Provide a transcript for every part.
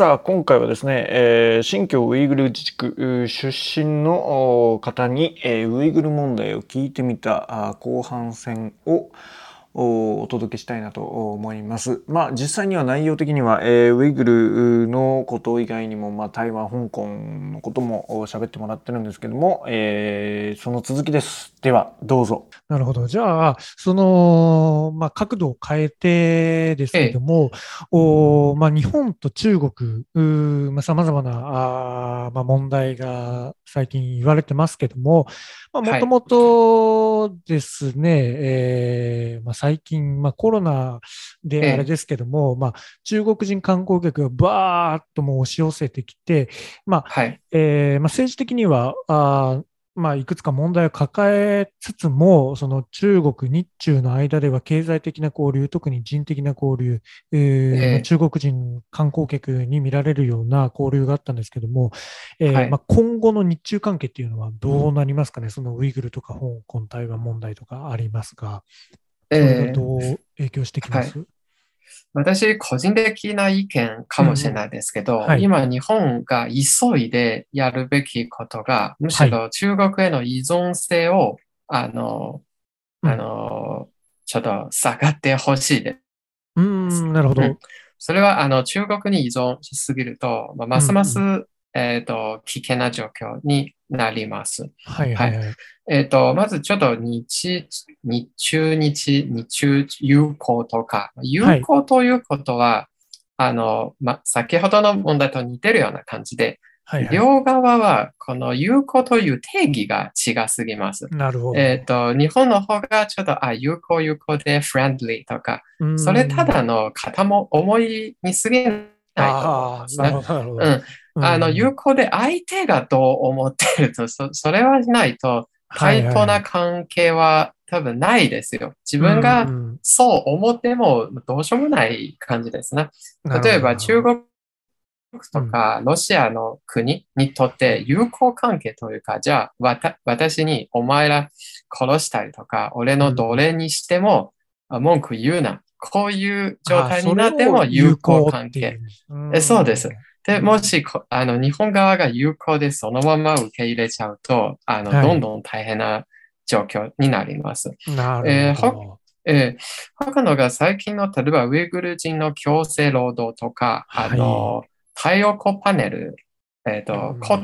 さあ、今回はですね、新疆ウイグル自治区出身の方に、ウイグル問題を聞いてみた後半戦をお届けしたいなと思います。実際には内容的には、ウイグルのこと以外にも、台湾、香港のことも喋ってもらってるんですけども、その続きです。では、どうぞ。 なるほど。じゃあ、角度を変えてですけどええ、 も、日本と中国、様々な、問題が最近言われてますけども、もはい、 ともとですね、最近、コロナでええ、 あれですけども、中国人観光客がバーッともう押し寄せてきて、 はい、 政治的には、いくつか問題を抱えつつも、その中国、日中の間では経済的な交流、特に人的な交流、 ええ、 中国人観光客に見られるような交流があったんですけども、 はい。 今後の日中関係っていうのはどうなりますかね、そのウイグルとか香港、台湾問題とかありますが、 えそれがえ、 どう影響してきまはい。 す？ 私、個人的な意見かうんうん。 もしれないですけど、 はい。 今、日本が急いでやるべきことが、むしはい。 ろ中国への依存性を、あの、あうん。 の、ちょっと下がってほしいでうーん、 す。 なるほど。 うん。それは、中国に依存しすぎると、ますます、 うんうん。 危険な状況になります。 はいははい。 いはい。 まずちょっと日中友好とか、友はい。 好ということは、先ほどの問題と似てるような感じで、 はいはい。 両側はこの友好という定義が違すぎます。 なるほど。 日本の方がちょっと、友好でフレンドリーとか、 うーそれたん。 だの片も思いに過ぎないと思いああ、 ますね。 なるほど、なるほど。 うん。 うん。 友好で相手がどう思ってると、それはないと、 はい対等なはいはい。 関係は多分ないですよ。自うん、う分がん。 そう思ってもどうしようもない感じですね。 なるほど、 例えばなるほど。 中国うん。 とかロシアの国にとって友好関係というか、じゃあ私にお前ら殺したりとか、俺の奴うん。 隷にしても文句言うな。こういう状ああ、 態にそれなってもを有友好効っ関係。 ていう。うそうです。 ん。 で、もうん。 し日本側が友好でそのまま受け入れちゃうと、 はい。 どんどん大変な状況になります。 なるほえーほど。 他のが最近の、例えばウイグル人の強制労働とか、 はい。 太陽光パネル、 うん。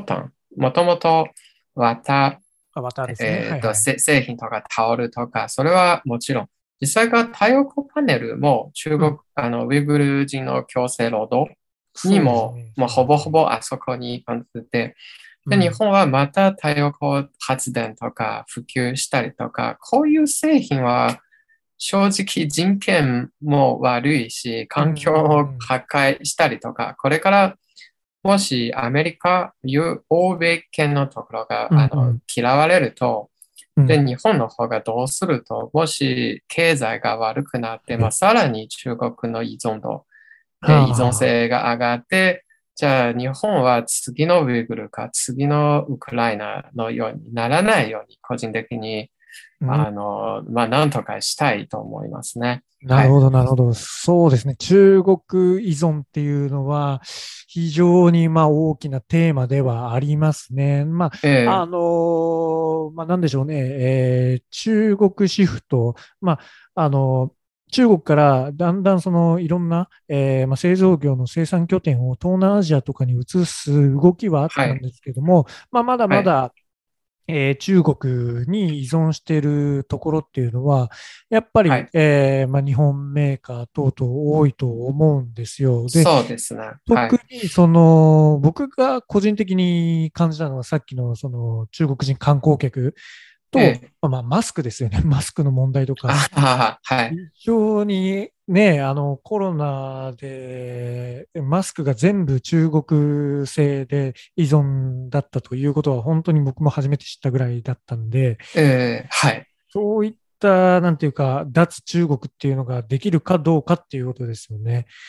コットン、もともと綿、 アバターですね。はいはい。 製品とかタオルとか、それはもちろん、実際が太陽光パネルも中国、 うん。 ウイグル人の強制労働にも、 そうですね。 もうほぼほそうですね。 ぼあそこに感じて、で、日うん。 本はまた太陽光発電とか普及したりとか、こういう製品は正直人権も悪いし、 うん。 環境うん。 を破壊したりとか、これからもしアメリカ、欧米圏のところがうん。うん。 嫌われると、で、 うん。 日本の方がどうすると、もし経済が悪くなって、 はい。 さらに中国のは依存あ。 性が上がって、じゃあ日本は次のウイグルか次のウクライナのようにならないように、個人的に、 うん。 なんとかしたいと思いますね。はい。 なるほど、なるほど。そうですね。中国依存っていうのは、非常に大きなテーマではありますね。 ええなんでしょうね。中国シフト、中国からだんだんそのいろんな、製造業の生産拠点を東南アジアとかに移す動きはあっはい。 たんですけども、まだはい。 まだ中国に依存しているところっていうのは、やっぱり、 はい。 日本メーカー等々多いと思うんですよ。で、 そうですね。はい。 特にその僕が個人的に感じたのはさっきのその中国人観光客と、 ええマスクですよね。マスクの問題とか、 はい。 非常にね、コロナでマスクが全部中国製で依存だったということは本当に僕も初めて知ったぐらいだったんで、 はい。 そういった、なんていうか、脱中国っていうのができるかどうかっていうことですよね。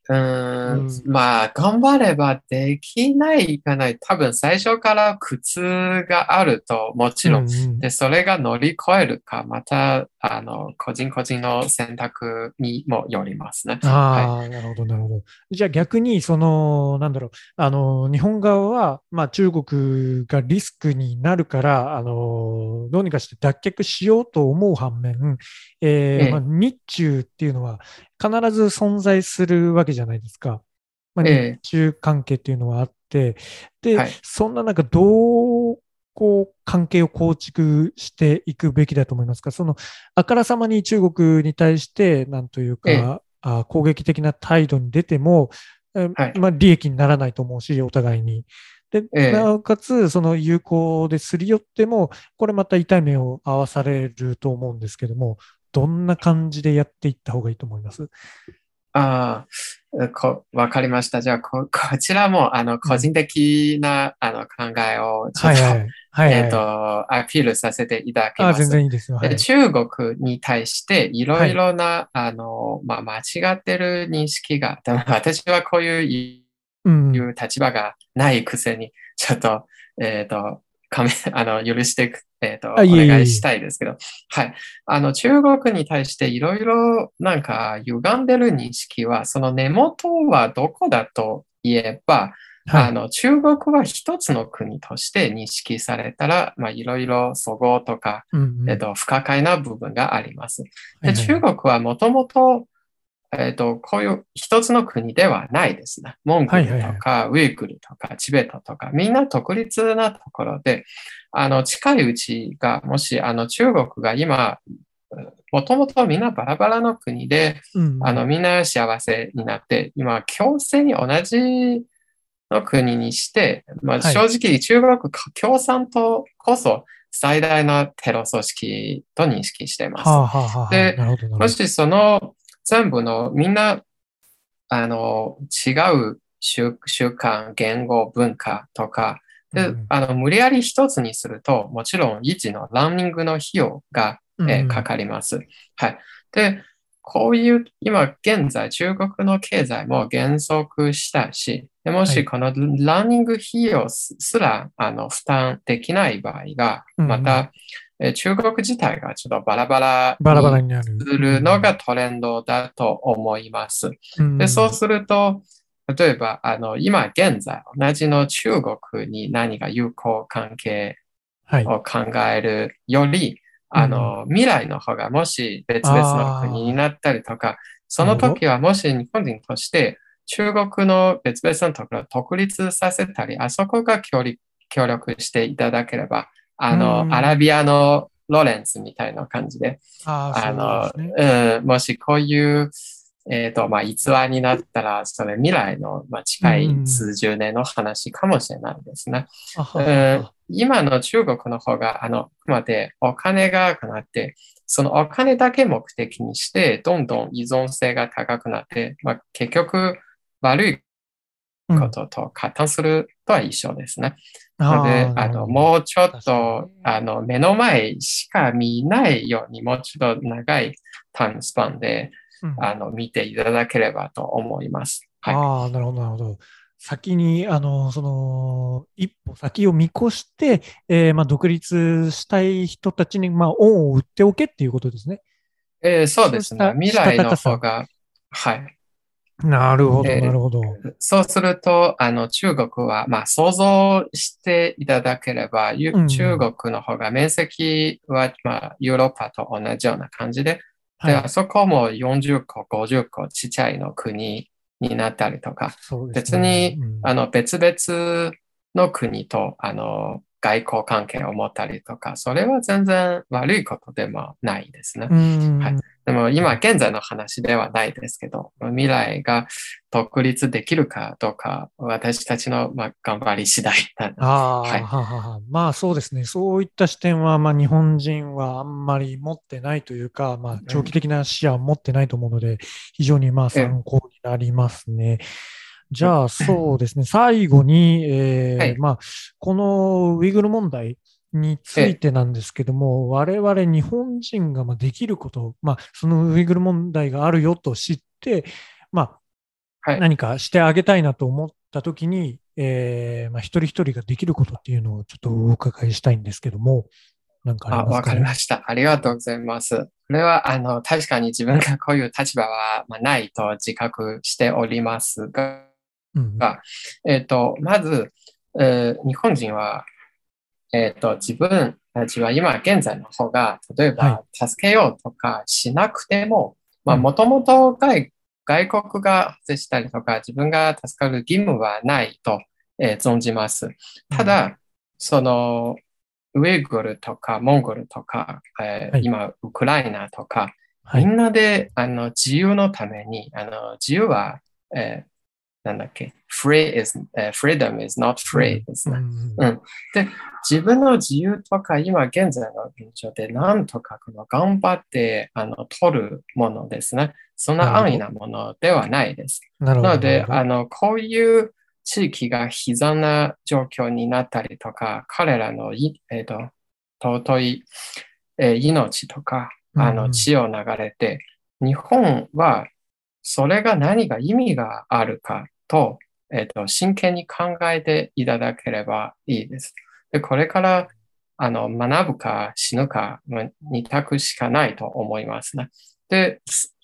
まあ、頑張ればできないかない。多分最初から苦痛があると、もちうんろん。 うん。 で、それが乗り越えるか、また、個人個人の選択にもよりますね。はい。 ああ、なるほど、なるほど。じゃあ逆に、なんだろう、日本側は、まあ中国がリスクになるから、どうにかして脱却しようと思う反面、まあ、 ええ、 日中っていうのは必ず存在するわけじゃないですか。まあ、日ええ、 中関係っていうのはあって、で、 はい。 そんな中、どう、こう、関係を構築していくべきだと思いますか？あからさまに中国に対して、なんというええ、 か、攻撃的な態度に出ても、 はい。 まあ、利益にならないと思うし、お互いに。で、 ええ、 なおかつ、その友好ですり寄っても、これまた痛い目を合わされると思うんですけども、どんな感じでやっていった方がいいと思います？ ああ、わかりました。じゃあ、こちらも、個人うん。 的な、考えを、ちょっと、 はいはい。はいはい。 アピールさせていただき全ます。 然いいですよ。はい。 中国に対して、いろいはい。 ろな、まあ、間違ってる認識が、でも私はこういううん。 いう立場がないくせに、ちょっと、えっと、かめ、許してく、 いお願いしえいえいえ。 たいですけど、はい。中国に対していろいろなんか歪んでる認識は、その根元はどこだと言えば、 はい。 中国は一つの国として認識されたら、まあ、いろいろ齟齬とか、 うんうん。 不可解な部分があります。で、 はいはい。 中国はもともとこういう一つの国ではないですね。モンゴルはいはいはい。 とか、ウイグルとか、チベットとか、みんな独立なところで、近いうちが、もし、中国が今、もともとみんなバラバラの国で、 うんうん。 みんな幸せになって、今、共生に同じの国にして、まあ、 はい。 正直、中国共産党こそ最大のテロ組織と認識しています。 はあはあはあはあ。 で、 なるほどなるほど。 もしその全部のみんな違う習慣、言語、文化とか、で、 うんうん。 無理やり一つにすると、もちろん維持のランニングの費用が、かうんうん。 かります。はい。で、こういう、今現在中国の経済も減速したし、でもはい。 しこのランニング費用すら、負担できない場合が、 うんうん。 また、中国自体がちょっとバラバラバラバラにになる。 すうんるのがトレンドだと思います。 うん。うで、そうん。 すると、例えば、今現在、同じの中国に何が友好関係はい。 を考えるより、 うんうん。 未来の方がもし別々の国にあなったりとか、そなるほど。 の時はもし日本人として中国の別々のところを独立させたり、あそこが協力していただければ、 うーアラビアん。 のロレンスみたいな感じで、 そうですね。 もしこういう、まあ、逸話になったら、それ未来の、まあ、 うんう近いん。 数十年の話かもしれないですね。 ははは。 今の中国の方が、あくまでお金がかなって、そのお金だけ目的にして、どんどん依存性が高くなって、まあ、結局悪いうん。 ことと加担するとは一緒ですね。ので、 なるほど。 もうちょっ確かにと、 ね。 目の前しか見ないように、もうちょっと長いタイムスパンで、 うん。 見ていただければと思います。はい。 なるほど、なるほど。先に、一歩先を見越して、まあ、独立したい人たちに、まあ、恩を売っておけっていうことですね。 そうですね。 そうしたした未来のたかさ。 方が、はい。 なるほど、なるえほど。 そうすると、中国は、まあ、想像していただければ、 うん、う中ん。 国の方が面積は、まあ、ヨーロッパと同じような感じで、で、あはい。 そこも40個、50個ちっちゃいの国になったりとか、 そうですね。 別に、 うん。 別々の国と、外交関係を持ったりとか、それは全然悪いことでもないですね。 うーはい。 ん。 でも今現在の話ではないですけど、未来が独立できるかどうか、私たちの、まあ、頑張り次第だな。はい。 まあそうですね。そういった視点は、まあ日本人はあんまり持ってないというか、まあ長期うん、 的な視野を持ってないと思うので、非常にまあえ、 参考になりますね。じうん、 ゃあそうですね。最後に、 はい。 まあこのウイグル問題についえ、 てなんですけども、我々日本人がまあできること、まあそのウイグル問題があるよと知って、まあ何かしてあげたいなと思ったときに、一人一人ができることっていうのをちょっとお伺いしたいんですけども、なんかありますわかね。 かりました。ありがとうございます。これは、確かに自分がこういう立場は、ないと自覚しておりますが、まず、日本人は、自分たちは今現在の方が、例えば助けようとかしなくても、もともと外国が接したりとか、自分が助かる義務はないと、存じます。ただ、その、ウイグルとかモンゴルとか、今、ウクライナとか、みんなで自由のために、自由は、なんだっけ、freedom is not free ですね。で、自分の自由とか、今現在の現状で、なんとか頑張って取るものですね。そんな安易なものではないです。なので、こういう地域が悲惨な状況になったりとか、彼らの尊い、命とか、血を流れて、日本はそれが何が意味があるかと、真剣に考えていただければいいです。で、これから学ぶか死ぬかの二択しかないと思いますね。で、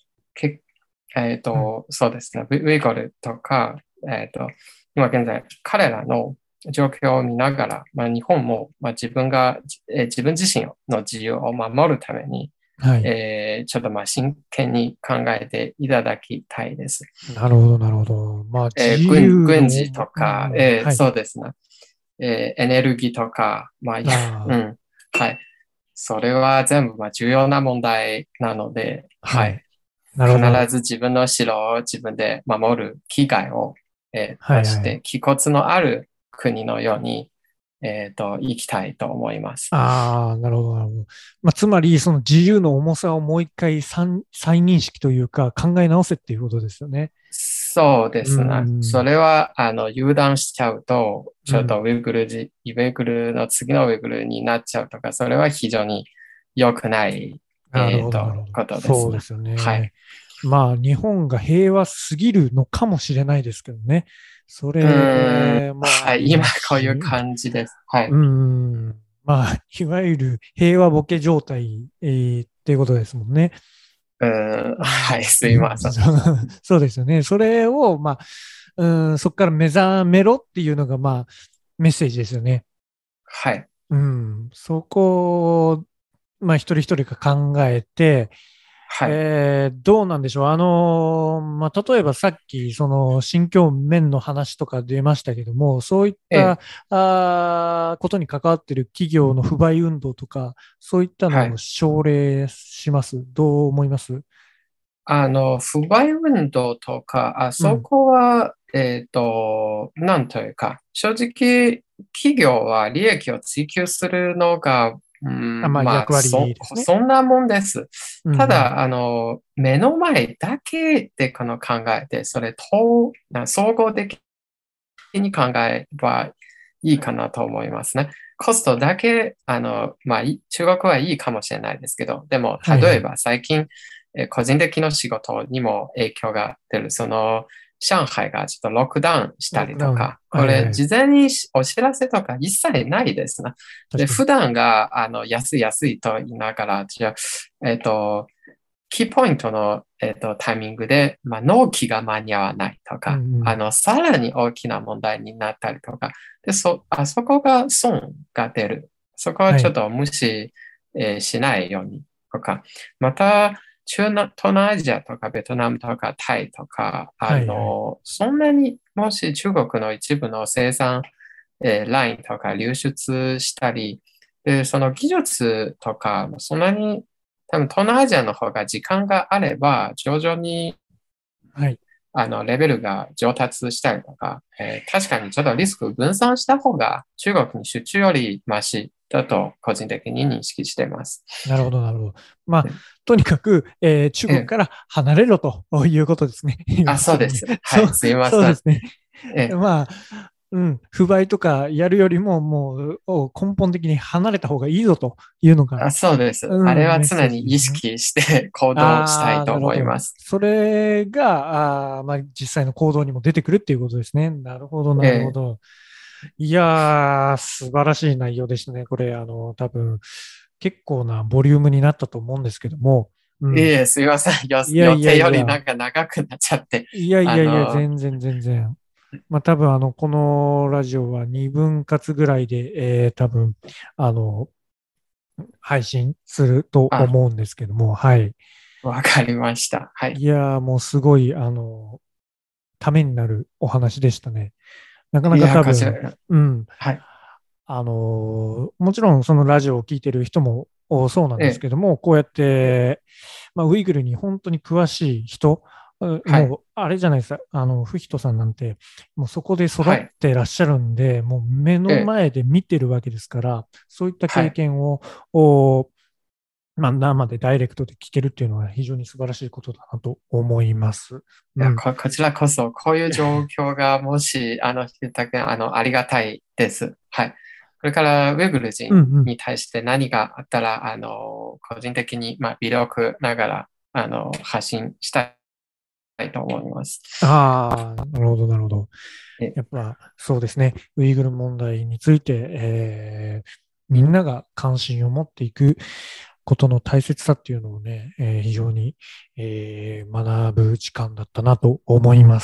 そうですね、ウイグルとか、今現在、彼らの状況を見ながら、日本も、自分自身の自由を守るために、ちょっと真剣に考えていただきたいです。 なるほど、なるほど。 軍事とか、そうですね。エネルギーとか、はい。それは全部重要な問題なので、はい。必ず自分の城を自分で守る機会を出して、気骨のある国のように、生きたいと思います。 なるほど、なるほど。つまり、その自由の重さをもう一回再認識というか、考え直せっていうことですよね。 そうですね。それは、油断しちゃうと、ちょっとウイグルの次のウイグルになっちゃうとか、それは非常に良くないことですね。 そうですよね。はい。日本が平和すぎるのかもしれないですけどね。それも。 はい、今こういう感じです。はい。 いわゆる平和ボケ状態、っていうことですもんね。 はい、すいません。 そうですよね。それを、そこから目覚めろっていうのが、メッセージですよね。 はい。 そこを、一人一人が考えて、どうなんでしょう。例えばさっき、その、心境面の話とか出ましたけども、そういったことに関わっている企業の不買運動とか、そういったのを奨励します。どう思います？ 不買運動とか、そこは、なんというか、正直、企業は利益を追求するのが、 役割ですね。 そんなもんです。ただ、目の前だけで考えて、それと、総合的に考えればいいかなと思いますね。コストだけ、中国はいいかもしれないですけど、でも、例えば最近、個人的な仕事にも影響が出る。上海がちょっとロックダウンしたりとか、これ事前にお知らせとか一切ないですね。で、普段が安いと言いながら、じゃあ、キーポイントの、タイミングで、納期が間に合わないとか、さらに大きな問題になったりとか、でそこが損が出る。そこはちょっと無視、しないようにとか、また、東南アジアとかベトナムとかタイとか、そんなにもし中国の一部の生産、ラインとか流出したり、でその技術とか、そんなに多分東南アジアの方が時間があれば、徐々に、レベルが上達したりとか、確かにちょっとリスク分散した方が中国に集中よりマシだと個人的に認識しています。 なるほど、なるほど。とにかく、中国から離れろということですね。 そうです。はい、すいません。 そうですね。 不買とかやるよりも、もう根本的に離れた方がいいぞというのが、 そうです。あれはメッセー常に意ジですね。 識して行動したああ、 いとなるほど。 思います。 それが、実際の行動にも出てくるっていうことですね。なるほど、なるほえど。いやー、素晴らしい内容でしたね。これ、多分、結構なボリュームになったと思うんですけども、うん。 すいません。 いやいや予定よりいや、 なんか長くなっちゃって。 いやいあやいや、 の、 全然全然。多分このラジオは2分割ぐらいで、多分、あの、配信するとあ、 思うんですけども、はい。 わかりました。はい。 いやー、もうすごい、ためになるお話でしたね。なかなかいや、こち多分、 ら、 うん、 はい。 もちろんそのラジオを聞いてる人もそうなんですええ、 けども、こうやって、ウイグルに本当に詳しい人、 はい。 もうあれじゃないですか、フヒトさんなんて、もうそこで育っはい。 てらっしゃるんで、もう目のええ、 前で見てるわけですから、そういったはい。 経験を、お生でダイレクトで聞けるっていうのは非常に素晴らしいことだなと思います。 いや、 うん。 こちらこそ、こういう状況がもし、ひたくありがたいです。はい。これからウェブルうんうん。 人に対して何があったら、個人的に、微力ながら、発信したいと思います。 ああ、なるほど、なるほど。 え、 やっぱそうですね、ウイグル問題について、みんなが関心を持っていくことの大切さっていうのをね、非常に、学ぶ時間だったなと思います。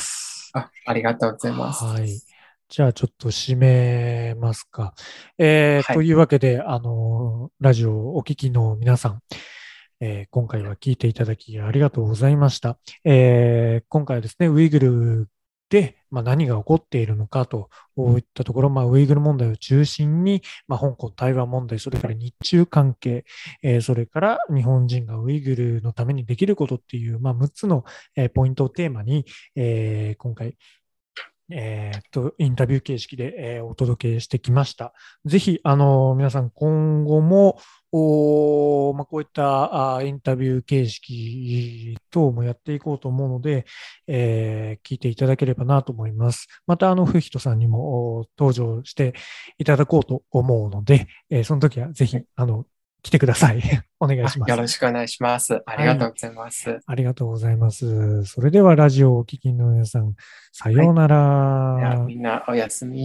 ありがとうございます。 はい。じゃあちょっと締めますか。 はい。 というわけで、ラジオをお聞きの皆さん、今回は聞いていただきありがとうございました。今回はですね、ウイグルで、何が起こっているのかといったところ、ウイグル問題を中心に、香港、台湾問題、それから日中関係、それから日本人がウイグルのためにできることっていう、6つの、ポイントをテーマに、今回、インタビュー形式で、お届けしてきました。ぜひ、皆さん今後も、こういったインタビュー形式等もやっていこうと思うので、聞いていただければなと思います。また、フヒトさんにも登場していただこうと思うので、その時はぜひ、来てください。お願いします。 よろしくお願いします。ありはい。 がとうございます。 ありがとうございます。それではラジオをお聞きの皆さん、さはい。 ようなでは、 ら。 みんなおやすみ。